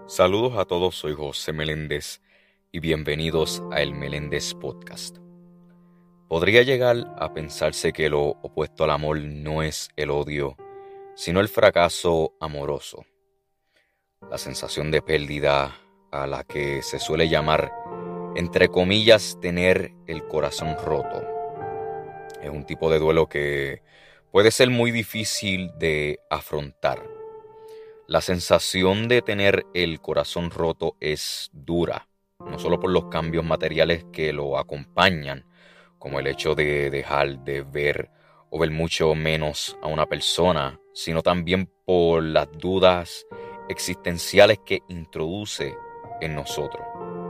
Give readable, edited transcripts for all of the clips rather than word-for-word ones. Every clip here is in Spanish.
Saludos a todos, soy José Meléndez y bienvenidos a El Meléndez Podcast. Podría llegar a pensarse que lo opuesto al amor no es el odio, sino el fracaso amoroso. La sensación de pérdida a la que se suele llamar, entre comillas, tener el corazón roto. Es un tipo de duelo que puede ser muy difícil de afrontar. La sensación de tener el corazón roto es dura, no solo por los cambios materiales que lo acompañan, como el hecho de dejar de ver o ver mucho menos a una persona, sino también por las dudas existenciales que introduce en nosotros.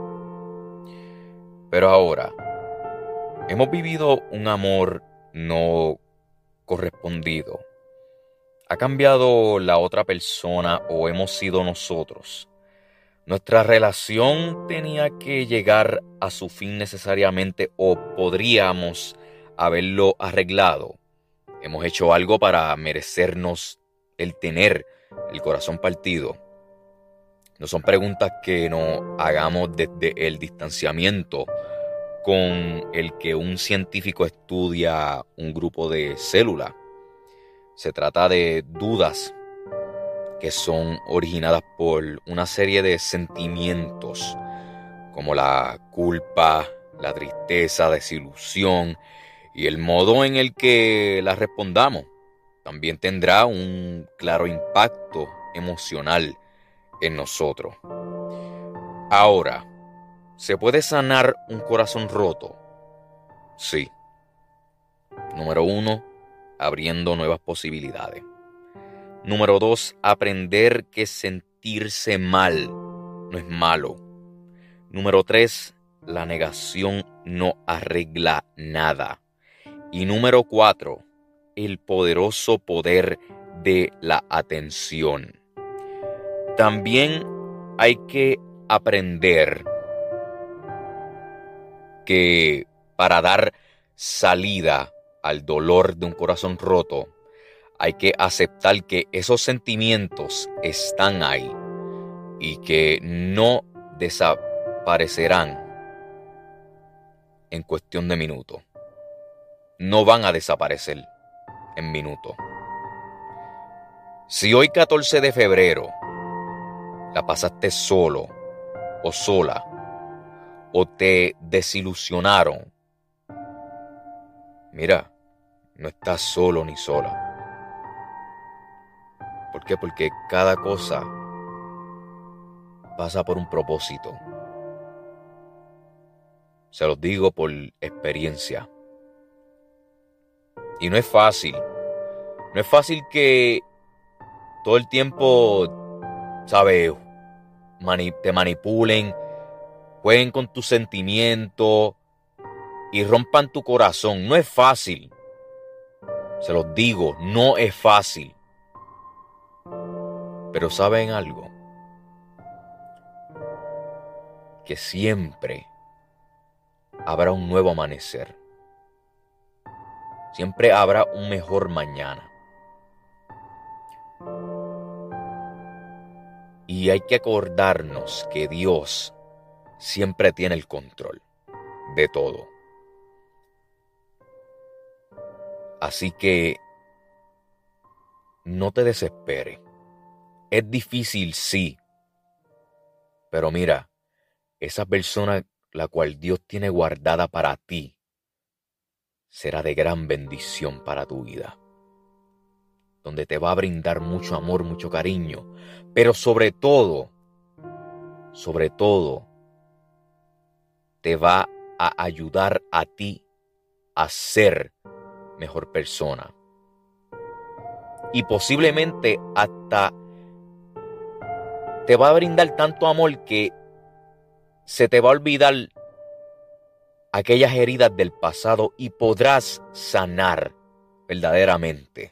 Pero ahora, hemos vivido un amor no correspondido. ¿Ha cambiado la otra persona o hemos sido nosotros? ¿Nuestra relación tenía que llegar a su fin necesariamente o podríamos haberlo arreglado? ¿Hemos hecho algo para merecernos el tener el corazón partido? No son preguntas que nos hagamos desde el distanciamiento con el que un científico estudia un grupo de células. Se trata de dudas que son originadas por una serie de sentimientos como la culpa, la tristeza, desilusión y el modo en el que las respondamos también tendrá un claro impacto emocional en nosotros. Ahora, ¿se puede sanar un corazón roto? Sí. Número 1, abriendo nuevas posibilidades. Número 2, aprender que sentirse mal no es malo. Número 3, la negación no arregla nada. Y número 4, el poderoso poder de la atención. También hay que aprender que para dar salida al dolor de un corazón roto, hay que aceptar que esos sentimientos están ahí y que no desaparecerán en cuestión de minutos. No van a desaparecer en minutos. Si hoy 14 de febrero la pasaste solo o sola o te desilusionaron, mira, no estás solo ni sola. ¿Por qué? Porque cada cosa pasa por un propósito. Se los digo por experiencia. Y no es fácil. No es fácil que todo el tiempo, ¿sabes? Te manipulen, jueguen con tus sentimientos y rompan tu corazón. No es fácil. Se los digo, no es fácil. Pero ¿saben algo? Que siempre habrá un nuevo amanecer. Siempre habrá un mejor mañana. Y hay que acordarnos que Dios siempre tiene el control de todo. Así que no te desesperes. Es difícil, sí. Pero mira, esa persona la cual Dios tiene guardada para ti será de gran bendición para tu vida. Donde te va a brindar mucho amor, mucho cariño. Pero sobre todo, te va a ayudar a ti a ser mejor persona. Y posiblemente hasta te va a brindar tanto amor que se te va a olvidar aquellas heridas del pasado y podrás sanar verdaderamente.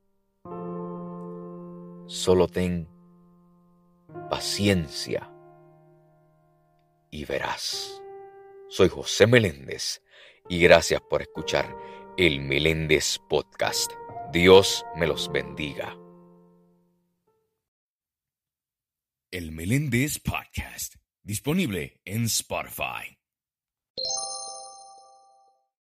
Solo ten paciencia y verás. Soy José Meléndez y gracias por escuchar el Meléndez Podcast. Dios me los bendiga. El Meléndez Podcast, disponible en Spotify.